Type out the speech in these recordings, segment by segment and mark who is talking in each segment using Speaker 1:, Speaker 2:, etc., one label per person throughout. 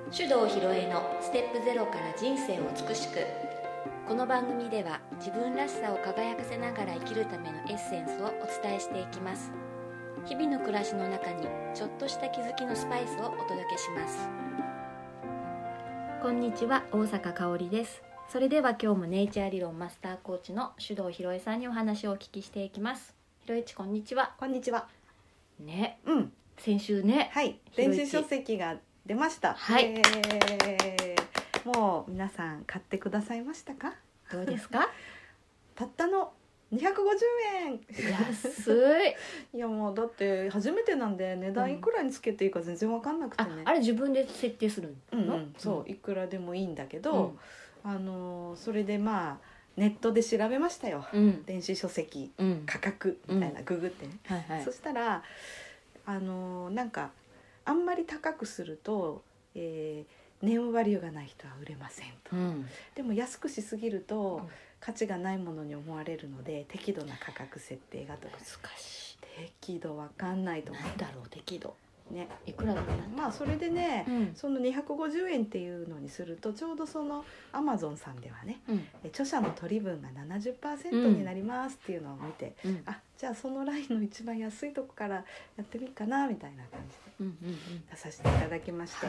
Speaker 1: 手動ひろえのステップゼロから人生を美しく。この番組では自分らしさを輝かせながら生きるためのエッセンスをお伝えしていきます。日々の暮らしの中にちょっとした気づきのスパイスをお届けします。こんにちは、大阪香織です。それでは今日もネイチャー理論マスターコーチの手動ひろえさんにお話をお聞きしていきます。ひろえち、こんにちは。
Speaker 2: こんにちは。
Speaker 1: ね、
Speaker 2: 先
Speaker 1: 週ね、
Speaker 2: 電子書籍が出ました。もう皆さん買ってくださいましたか？
Speaker 1: どうですか？
Speaker 2: たったの250円。
Speaker 1: 安い。
Speaker 2: いやもうだって初めてなんで値段いくらにつけていいか全然分かんなくてね。
Speaker 1: あれ自分で設定するの？
Speaker 2: そういくらでもいいんだけど、それでまあネットで調べましたよ。電子書籍、価格みたいなググってね。そしたらなんかあんまり高くすると、ネームバリューがない人は売れませんと、でも安くしすぎると、価値がないものに思われるので適度な価格設定がとか。
Speaker 1: 難しい。
Speaker 2: 適度わかんないと思う。
Speaker 1: なんだろう、適度
Speaker 2: ね、
Speaker 1: いくらだったんだ。
Speaker 2: まあそれでね、その250円っていうのにするとちょうどそのアマゾンさんではね、著者の取り分が 70% になりますっていうのを見て、じゃあそのラインの一番安いとこからやってみるかなみたいな感じで出させていただきまして、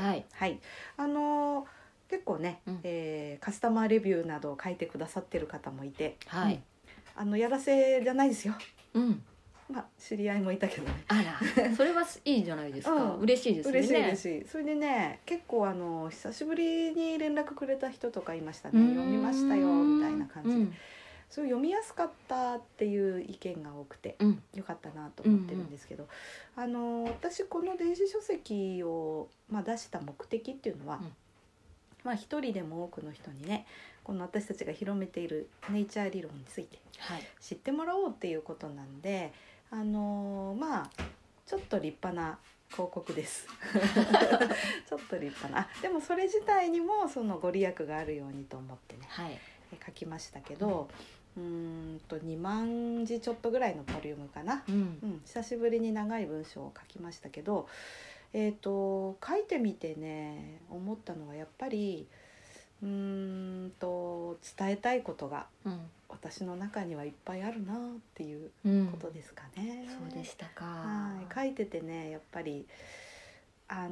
Speaker 2: 結構ね、カスタマーレビューなどを書いてくださってる方もいて、やらせじゃないですよ。知り合いもいたけどね。
Speaker 1: あら、それはいいじゃないですか。嬉しいですね。
Speaker 2: 嬉しい。それでね、結構久しぶりに連絡くれた人とかいましたね。読みましたよみたいな感じで、そう読みやすかったっていう意見が多くて、よかったなと思ってるんですけど、私この電子書籍を、出した目的っていうのは、一人でも多くの人にね、この私たちが広めているネイチャー理論について知ってもらおうっていうことなんで、ちょっと立派な広告ですちょっと立派な。でもそれ自体にもそのご利益があるようにと思ってね、書きましたけど、2万字ちょっとぐらいのボリュームかな、久しぶりに長い文章を書きましたけど、書いてみてね思ったのはやっぱり伝えたいことが、私の中にはいっぱいあるなっていうことですかね。
Speaker 1: そうでしたか。
Speaker 2: 書いててね、やっぱり日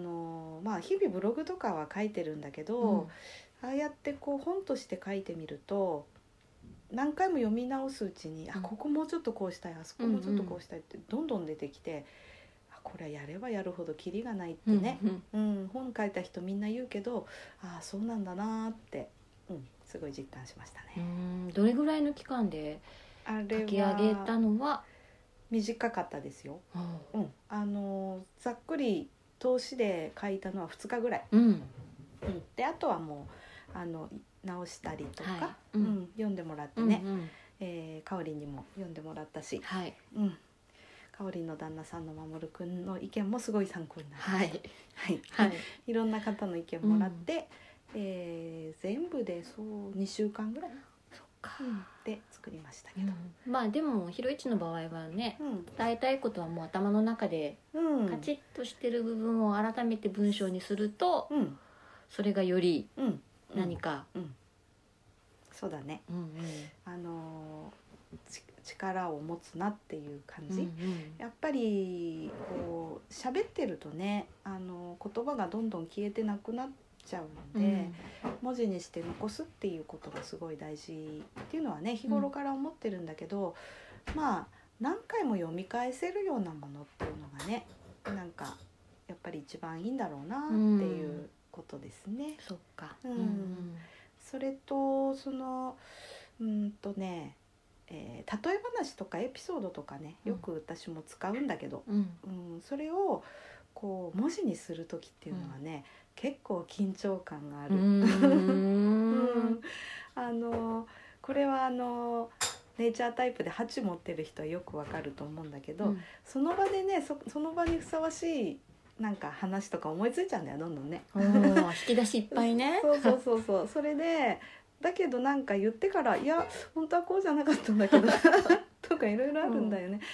Speaker 2: 々ブログとかは書いてるんだけど、ああやってこう本として書いてみると何回も読み直すうちに、ここもうちょっとこうしたい、あそこもうちょっとこうしたいってどんどん出てきて、これはやればやるほどキリがないってね、本書いた人みんな言うけど、そうなんだなって、すごい実感しましたね。
Speaker 1: どれぐらいの期間で書き上げたのは？
Speaker 2: 短かったですよ。ざっくり通しで書いたのは2日ぐらい、であとはもう直したりとか、読んでもらってね、かおりんにも読んでもらったし、かおりんの旦那さんの守くんの意見もすごい参考になりました。いろんな方の意見もらって、全部でそう2週間ぐらいで作りましたけど、
Speaker 1: でもひろいちの場合はね、伝えたいことはもう頭の中でカチッとしてる部分を改めて文章にすると、それがより何か、
Speaker 2: そうだね、力を持つなっていう感じ、やっぱりこう喋ってるとね、言葉がどんどん消えてなくなっちゃうので、文字にして残すっていうことがすごい大事っていうのはね、日頃から思ってるんだけど、何回も読み返せるようなものっていうのがね、なんかやっぱり一番いいんだろうなっていうことですね。
Speaker 1: そっか。
Speaker 2: それとその例え話とかエピソードとかね、よく私も使うんだけど、それをこう文字にする時っていうのはね、結構緊張感がある。これはネイチャータイプで8持ってる人はよくわかると思うんだけど、その場でね、その場にふさわしいなんか話とか思いついちゃうんだよ、どんどんね。
Speaker 1: 引き出しいっぱいね。
Speaker 2: そうそれでだけどなんか言ってから、いや本当はこうじゃなかったんだけどとかいろいろあるんだよね。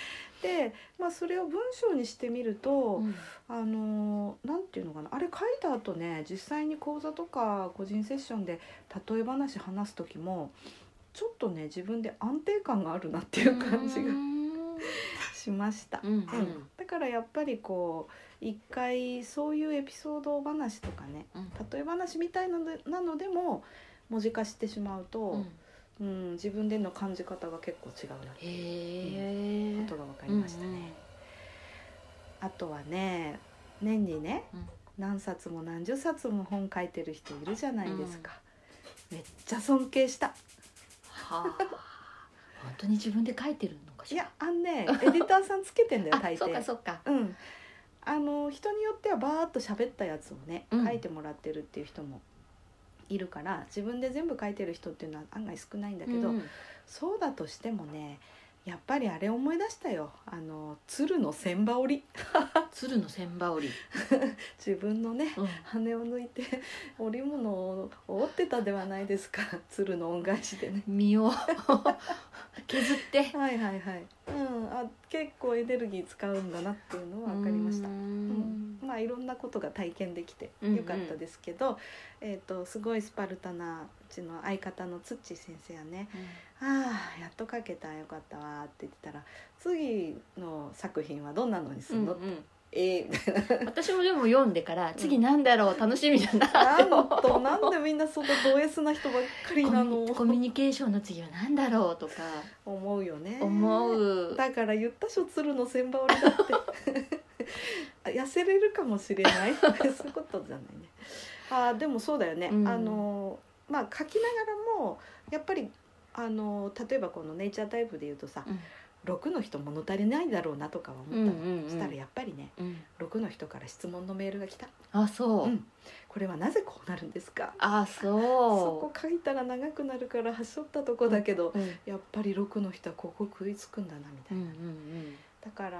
Speaker 2: で、それを文章にしてみると、なんていうのかな、あれ書いた後ね、実際に講座とか個人セッションで例え話話す時もちょっとね自分で安定感があるなっていう感じがしました、だからやっぱりこう一回そういうエピソード話とかね、例え話みたいなのでも文字化してしまうと、自分での感じ方が結構違うなっていうことが分かりましたね、あとはね、年にね、何冊も何十冊も本書いてる人いるじゃないですか、めっちゃ尊敬した。
Speaker 1: はあ、本当に自分で書いてるのかしら。
Speaker 2: いや、エディターさんつけてんだよ大抵。
Speaker 1: そうかそうか。
Speaker 2: 人によってはバーッと喋ったやつをね、書いてもらってるっていう人もいるから、自分で全部書いてる人っていうのは案外少ないんだけど、そうだとしてもね、やっぱりあれ思い出したよ、鶴の千羽織
Speaker 1: 鶴の千羽織
Speaker 2: 自分のね、羽を抜いて織物を織ってたではないですか、鶴の恩返しでね、
Speaker 1: 身を削って
Speaker 2: はいはいはい、結構エネルギー使うんだなっていうのは分かりました。いろんなことが体験できてよかったですけど、すごいスパルタなうちの相方のつっち先生はね、やっと書けた、よかったわって言ってたら、次の作品はどんなのにするの、みたいな
Speaker 1: 私もでも読んでから次なんだろう、楽しみだなって
Speaker 2: なんでみんなそのド S な人ばっかりなの
Speaker 1: コミュニケーションの次はなんだろうとか
Speaker 2: 思うよね。
Speaker 1: 思う。
Speaker 2: だから言ったしょ、鶴の千羽織だって痩せれるかもしれないそういうことじゃないね。でもそうだよね、書きながらもやっぱり例えばこのネイチャータイプで言うとさ、6の人物足りないだろうなとかは思ったの、したらやっぱりね、6の人から質問のメールが来た。
Speaker 1: そう、
Speaker 2: これはなぜこうなるんですか。
Speaker 1: そ
Speaker 2: こ書いたら長くなるからはしょったとこだけど、やっぱり6の人はここ食いつくんだなみたいな、だから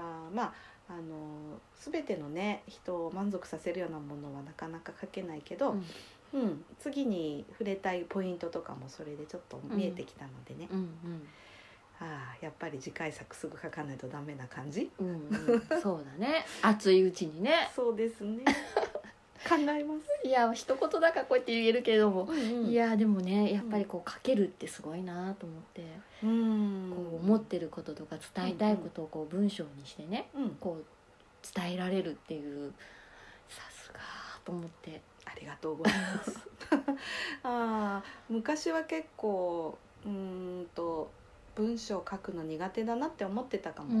Speaker 2: 全てのね人を満足させるようなものはなかなか書けないけど、次に触れたいポイントとかもそれでちょっと見えてきたのでね、やっぱり次回作すぐ書かないとダメな感じ、
Speaker 1: そうだね、熱いうちにね。
Speaker 2: そうですね考えます。
Speaker 1: いや一言だからこうやって言えるけれども、いやでもねやっぱりこう書けるってすごいなと思って、こう思ってることとか伝えたいことをこう文章にしてね、こう伝えられるっていう、さすがと思って。
Speaker 2: ありがとうございます昔は結構文章を書くの苦手だなって思ってたかも。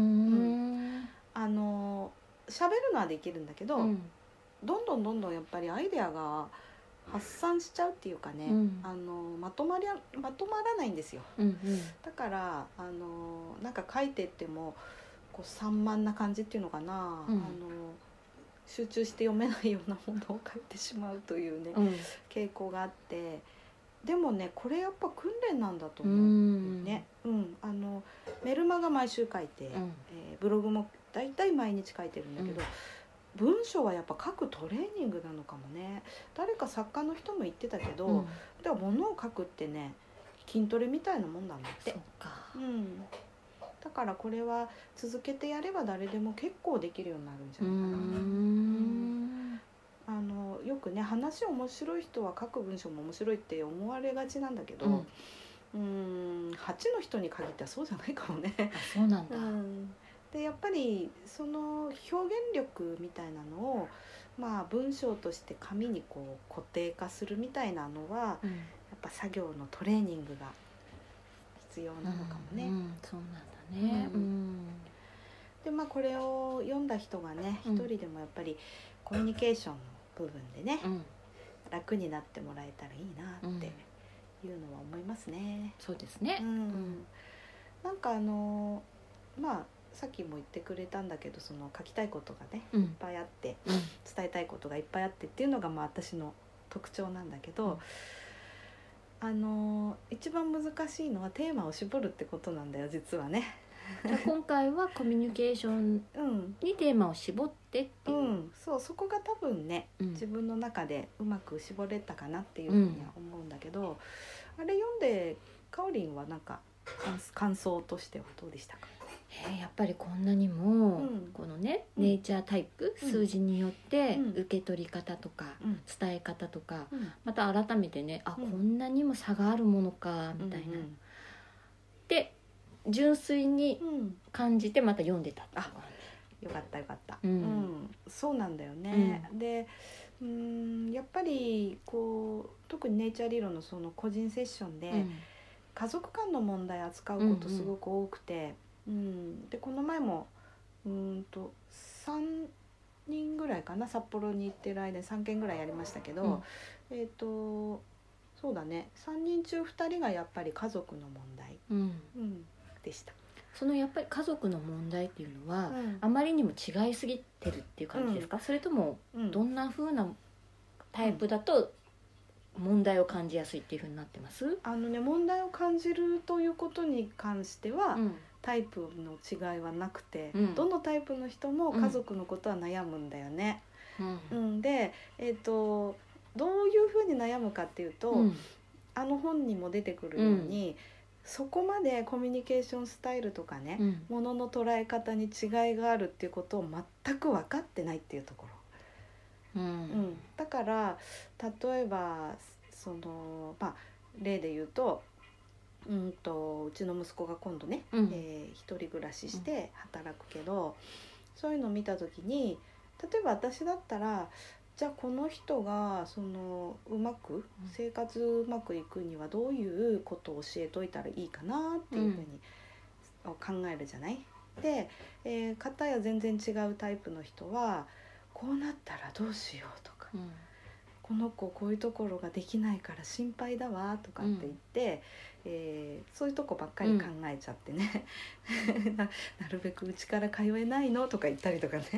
Speaker 2: 喋るのはできるんだけど、どんどんやっぱりアイデアが発散しちゃうっていうかね、まとまらないんですよ、だからなんか書いてってもこう散漫な感じっていうのかな、集中して読めないようなものを書いてしまうというね、傾向があって、でもねこれやっぱ訓練なんだと思うね、メルマガ毎週書いて、ブログもだいたい毎日書いてるんだけど、文章はやっぱ書くトレーニングなのかもね。誰か作家の人も言ってたけど、でも物を書くってね筋トレみたいなもんだなって。
Speaker 1: そうか、
Speaker 2: だからこれは続けてやれば誰でも結構できるようになるんじゃないかな。よくね話面白い人は書く文章も面白いって思われがちなんだけど、8の人に限ってはそうじゃないかもね。
Speaker 1: そうなんだ。
Speaker 2: でやっぱりその表現力みたいなのを、文章として紙にこう固定化するみたいなのは、やっぱ作業のトレーニングが必要なのかもね。
Speaker 1: そうなんだね。
Speaker 2: でこれを読んだ人がね一人でもやっぱりコミュニケーションの部分でね、楽になってもらえたらいいなっていうのは思いますね。
Speaker 1: そうですね。
Speaker 2: なんかさっきも言ってくれたんだけど、その書きたいことがね、いっぱいあって、伝えたいことがいっぱいあってっていうのが私の特徴なんだけど、一番難しいのはテーマを絞るってことなんだよ実はね。
Speaker 1: じゃあ今回はコミュニケーションにテーマを絞ってっていう、
Speaker 2: そこが多分ね、自分の中でうまく絞れたかなっていうふうには思うんだけど、あれ読んでかおりんはなんか感想としてはどうでしたか？
Speaker 1: やっぱりこんなにも、このね、ネイチャータイプ、数字によって受け取り方とか、伝え方とか、また改めてね、こんなにも差があるものかみたいな、で純粋に感じてまた読んでたっていう感
Speaker 2: じ。よかったよかった、そうなんだよね、でやっぱりこう特にネイチャー理論のその個人セッションで、家族間の問題扱うことすごく多くて、でこの前も3人ぐらいかな、札幌に行ってる間に3件ぐらいやりましたけど、そうだね、3人中2人がやっぱり家族の問題、でした。
Speaker 1: そのやっぱり家族の問題っていうのは、あまりにも違いすぎてるっていう感じですか、それともどんな風なタイプだと問題を感じやすいっていう風になってます？
Speaker 2: 問題を感じるということに関しては、タイプの違いはなくて、どのタイプの人も家族のことは悩むんだよね。で、どういうふうに悩むかっていうと、本にも出てくるように、そこまでコミュニケーションスタイルとかね、ものの捉え方に違いがあるっていうことを全く分かってないっていうところ。だから例えばその、例で言うと、うちの息子が今度ね、一人暮らしして働くけど、そういうのを見た時に、例えば私だったら、じゃあこの人がその生活うまくいくにはどういうことを教えといたらいいかなっていうふうに考えるじゃない。で、片や全然違うタイプの人は、こうなったらどうしようとか、この子こういうところができないから心配だわとかって言って、そういうとこばっかり考えちゃってねなるべくうちから通えないのとか言ったりとかね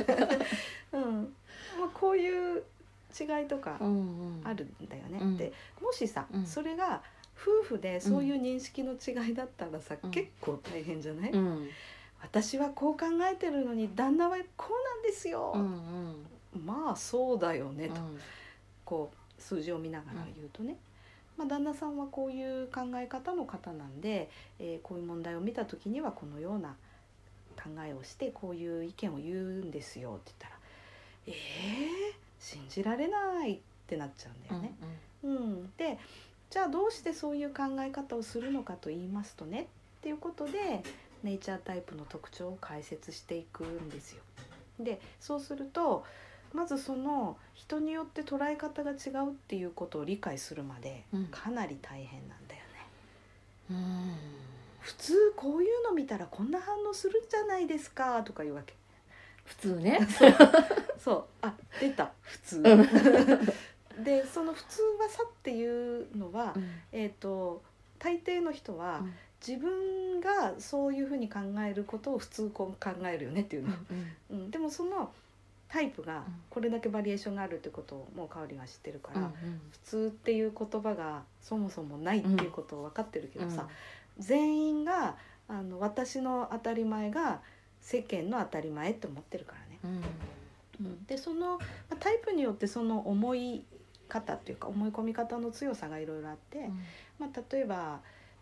Speaker 2: こういう違いとかあるんだよね。でもしさ、それが夫婦でそういう認識の違いだったらさ、結構大変じゃない？私はこう考えてるのに旦那はこうなんですよ、まあそうだよねと、こう数字を見ながら言うとね、旦那さんはこういう考え方の方なんで、こういう問題を見た時にはこのような考えをしてこういう意見を言うんですよって言ったら、信じられないってなっちゃうんだよね。で、じゃあどうしてそういう考え方をするのかと言いますとねっていうことで、ネイチャータイプの特徴を解説していくんですよ。でそうすると、まずその人によって捉え方が違うっていうことを理解するまでかなり大変なんだよね。普通こういうの見たらこんな反応するんじゃないですかとか言うわけ。
Speaker 1: 普通ね
Speaker 2: そう、出た普通で、その普通はさっていうのは、大抵の人は、自分がそういうふうに考えることを普通こう考えるよねっていうの、でもそのタイプがこれだけバリエーションがあるってことをもう香織は知ってるから、普通っていう言葉がそもそもないっていうことを分かってるけどさ、全員が私の当たり前が世間の当たり前って思ってるからね。でそのタイプによってその思い方っていうか思い込み方の強さがいろいろあって、例えば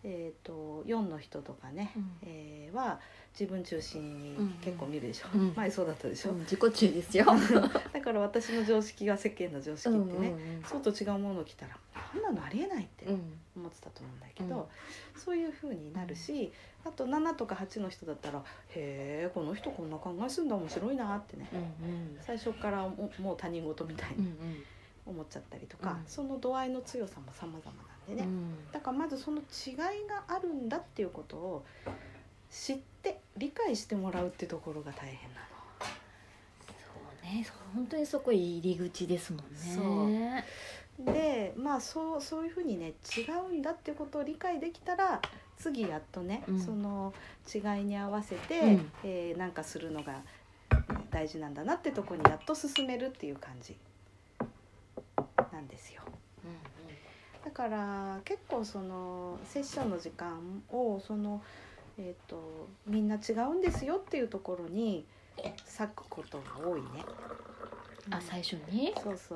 Speaker 2: 4の人とかね、は自分中心に結構見るでしょ、前そうだったでしょ、
Speaker 1: 自己中ですよ
Speaker 2: だから私の常識が世間の常識ってね、そうと違うものを着たらこんなのありえないって思ってたと思うんだけど、そういう風になるし、あと7とか8の人だったら、へえこの人こんな考えするんだ面白いなってね、最初からもう他人事みたいに思っちゃったりとか、その度合いの強さも様々なんでね、だからまずその違いがあるんだっていうことを知って理解してもらうってところが大変なの。
Speaker 1: そうね、本当にそこ入り口ですもんね。
Speaker 2: そうで、そういうふうにね違うんだっていうことを理解できたら、次やっとね、その違いに合わせて、なんかするのが大事なんだなってとこにやっと進めるっていう感じなんですよ。だから結構そのセッションの時間をそのみんな違うんですよっていうところに割くことが多いね。
Speaker 1: 最初に？
Speaker 2: そうそう。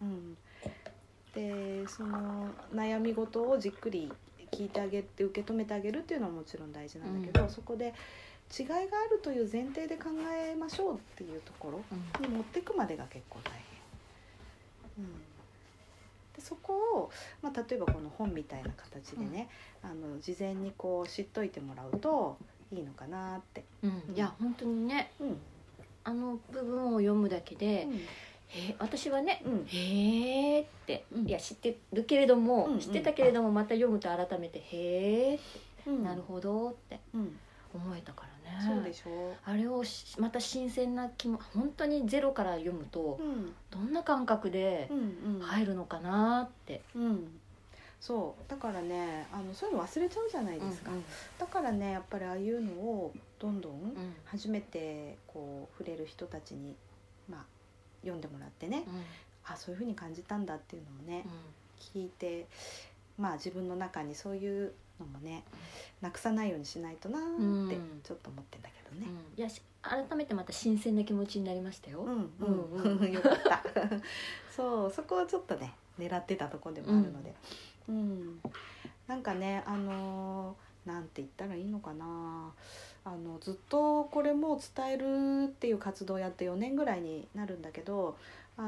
Speaker 2: でその悩み事をじっくり聞いてあげて受け止めてあげるっていうのはもちろん大事なんだけど、そこで違いがあるという前提で考えましょうっていうところに持っていくまでが結構大変、でそこを、例えばこの本みたいな形でね、事前にこう知っといてもらうといいのかなって、
Speaker 1: いや本当にね、あの部分を読むだけで、私はね、へーって、いや知ってるけれども、知ってたけれどもまた読むと改めてへーって、なるほどって思えたからね。
Speaker 2: そうでしょ。
Speaker 1: あれをまた新鮮な気も、本当にゼロから読むと、どんな感覚で入るのかなって、
Speaker 2: そうだからね、そういうの忘れちゃうじゃないですか、だからねやっぱりああいうのをどんどん初めてこう触れる人たちに、読んでもらってね、あそういう風に感じたんだっていうのもね、聞いて、自分の中にそういうのもね、なくさないようにしないとなってちょっと思ってんだけどね、
Speaker 1: いや改めてまた新鮮な気持ちになりましたよ。
Speaker 2: よかったそこはちょっとね狙ってたところでもあるので、なんかねなんて言ったらいいのかな、ずっとこれも伝えるっていう活動をやって4年ぐらいになるんだけど、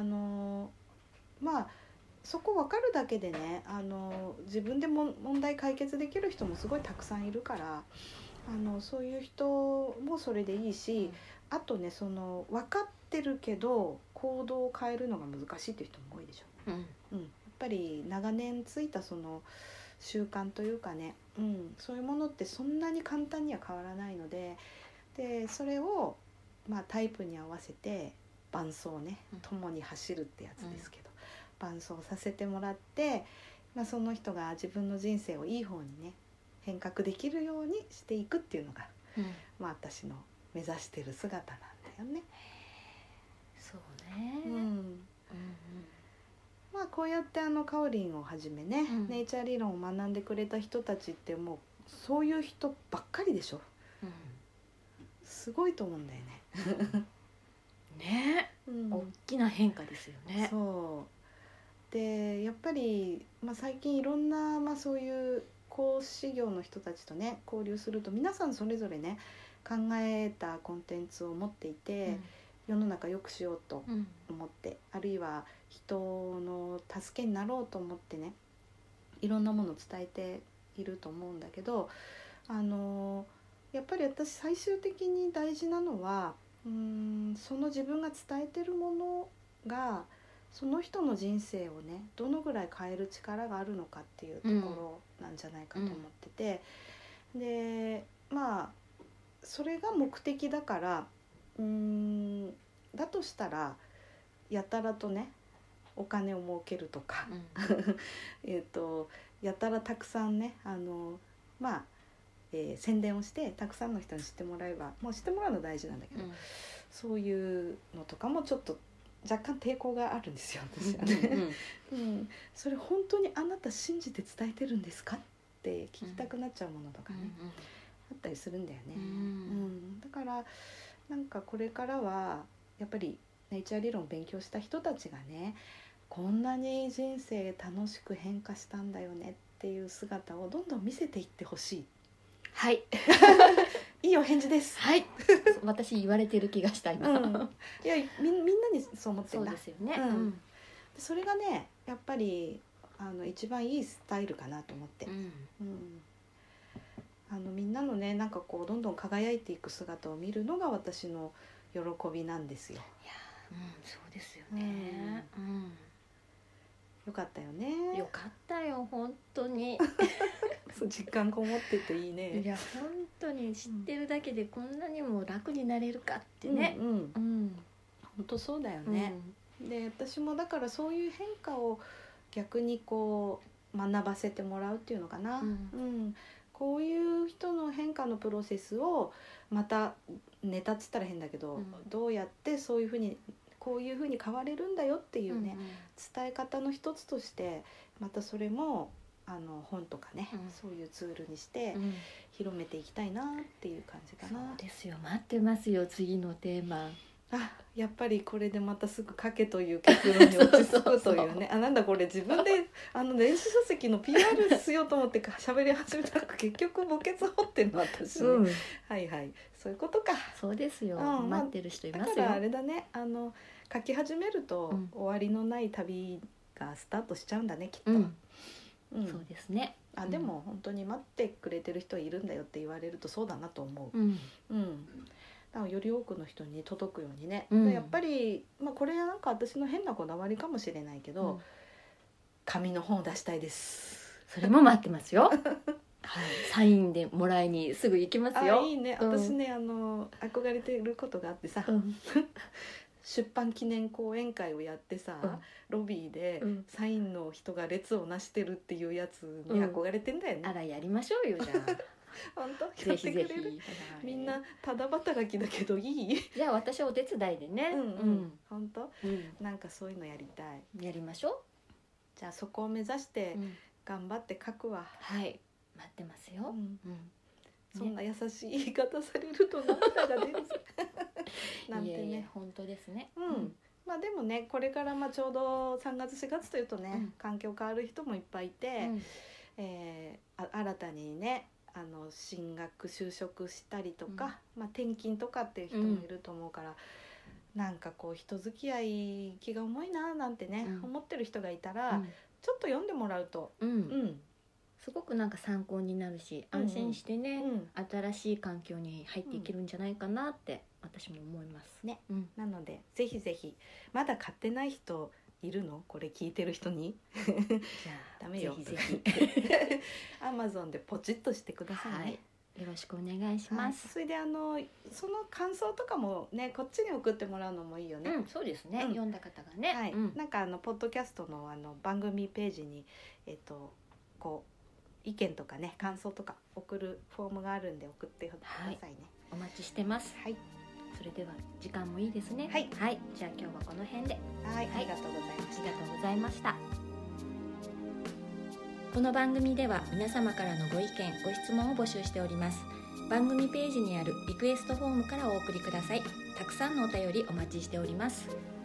Speaker 2: そこ分かるだけでね、自分でも問題解決できる人もすごいたくさんいるから、そういう人もそれでいいし、あとねその分かってるけど行動を変えるのが難しいっていう人も多いでしょ、やっぱり長年ついたその習慣というかね、そういうものってそんなに簡単には変わらないので、それをタイプに合わせて伴走ね、共に走るってやつですけど、伴走させてもらって、その人が自分の人生をいい方にね変革できるようにしていくっていうのが、私の目指してる姿なんだよね。
Speaker 1: そうね、
Speaker 2: こうやってかおりんをはじめね、ネイチャー理論を学んでくれた人たちってもうそういう人ばっかりでしょ、すごいと思うんだよね
Speaker 1: ね、大きな変化ですよね。
Speaker 2: そうでやっぱり、最近いろんな、そういう講師業の人たちとね交流すると、皆さんそれぞれね考えたコンテンツを持っていて、世の中良くしようと思って、あるいは人の助けになろうと思ってね、いろんなものを伝えていると思うんだけど、やっぱり私最終的に大事なのは、その自分が伝えてるものがその人の人生をねどのぐらい変える力があるのかっていうところなんじゃないかと思ってて、でそれが目的だから、だとしたらやたらとねお金を儲けるとか、やたらたくさんね宣伝をしてたくさんの人に知ってもらえば、もう知ってもらうの大事なんだけど、そういうのとかもちょっと若干抵抗があるんですよ私はね、それ本当にあなた信じて伝えてるんですかって聞きたくなっちゃうものとかね、あったりするんだよね、だからなんかこれからはやっぱりネイチャー理論を勉強した人たちがね、こんなに人生楽しく変化したんだよねっていう姿をどんどん見せていってほしい。
Speaker 1: はい
Speaker 2: いいお返事です。
Speaker 1: はい。私言われてる気がした今。
Speaker 2: いやみんなにそう思ってんだ。
Speaker 1: そうですよね。
Speaker 2: それがねやっぱり一番いいスタイルかなと思って。みんなのねなんかこうどんどん輝いていく姿を見るのが私の喜びなんですよ。いや、
Speaker 1: そうですよね。
Speaker 2: よかったよね。
Speaker 1: よかったよ本当に。
Speaker 2: 実感こもってていいね。
Speaker 1: いや本当に知ってるだけでこんなにも楽になれるかってね。
Speaker 2: 本当そうだよね。で私もだからそういう変化を逆にこう学ばせてもらうっていうのかな。こういう人の変化のプロセスをまたネタっつったら変だけど、どうやってそういうふうにこういうふうに変われるんだよっていうね、伝え方の一つとしてまたそれも本とかね、そういうツールにして広めていきたいなっていう感じかな。
Speaker 1: そうですよ、待ってますよ次のテーマ。
Speaker 2: やっぱりこれでまたすぐ書けという結論に落ち着くというねなんだこれ自分で電子書籍の PR しようと思って喋り始めたら結局墓穴掘ってんの私ね、はいはいそういうことか。
Speaker 1: そうですよ、待ってる人いますよ。
Speaker 2: だからあれだね書き始めると、終わりのない旅がスタートしちゃうんだねきっと、
Speaker 1: そうですね。
Speaker 2: でも本当に待ってくれてる人はいるんだよって言われるとそうだなと思う。だからより多くの人に届くようにね、やっぱり、これはなんか私の変なこだわりかもしれないけど、紙の本を出したいです。
Speaker 1: それも待ってますよサインでもらいにすぐ行きますよ。
Speaker 2: いいね。私ね憧れてることがあってさ、出版記念講演会をやってさ、ロビーでサインの人が列をなしてるっていうやつに憧れてんだよね。
Speaker 1: あらやりましょうよじゃあ
Speaker 2: 本当やってくれる？みんなただ働きだけどいい？
Speaker 1: じゃあ私お手伝いでね。
Speaker 2: 本当？なんかそういうのやりたい。
Speaker 1: やりましょう。
Speaker 2: じゃあそこを目指して頑張って書くわ。
Speaker 1: はい待ってますよ。
Speaker 2: そんな優しい言い方されると涙が出るなんてね。
Speaker 1: 本当ですね。
Speaker 2: でもねこれからちょうど3月4月というとね、環境変わる人もいっぱいいて、新たにね進学就職したりとか、転勤とかっていう人もいると思うから、なんかこう人付き合い気が重いななんてね、思ってる人がいたら、ちょっと読んでもらうと、
Speaker 1: すごくなんか参考になるし、安心してね、新しい環境に入っていけるんじゃないかなって私も思います
Speaker 2: ね。なのでぜひぜひまだ買ってない人いるの？これ聞いてる人にじゃあダメよ。ぜひぜひAmazon でポチッとしてくださいね。
Speaker 1: よろしくお願いします。
Speaker 2: それでその感想とかもねこっちに送ってもらうのもいいよね。
Speaker 1: そうですね。読んだ方がね。
Speaker 2: なんかポッドキャストの番組ページにこう意見とかね感想とか送るフォームがあるんで送ってくださいね。
Speaker 1: お待ちしてます。それでは時間もいいですね。じゃあ今日はこの辺で。
Speaker 2: ありがとうございました。
Speaker 1: ありがとうございました。この番組では皆様からのご意見ご質問を募集しております。番組ページにあるリクエストフォームからお送りください。たくさんのお便りお待ちしております。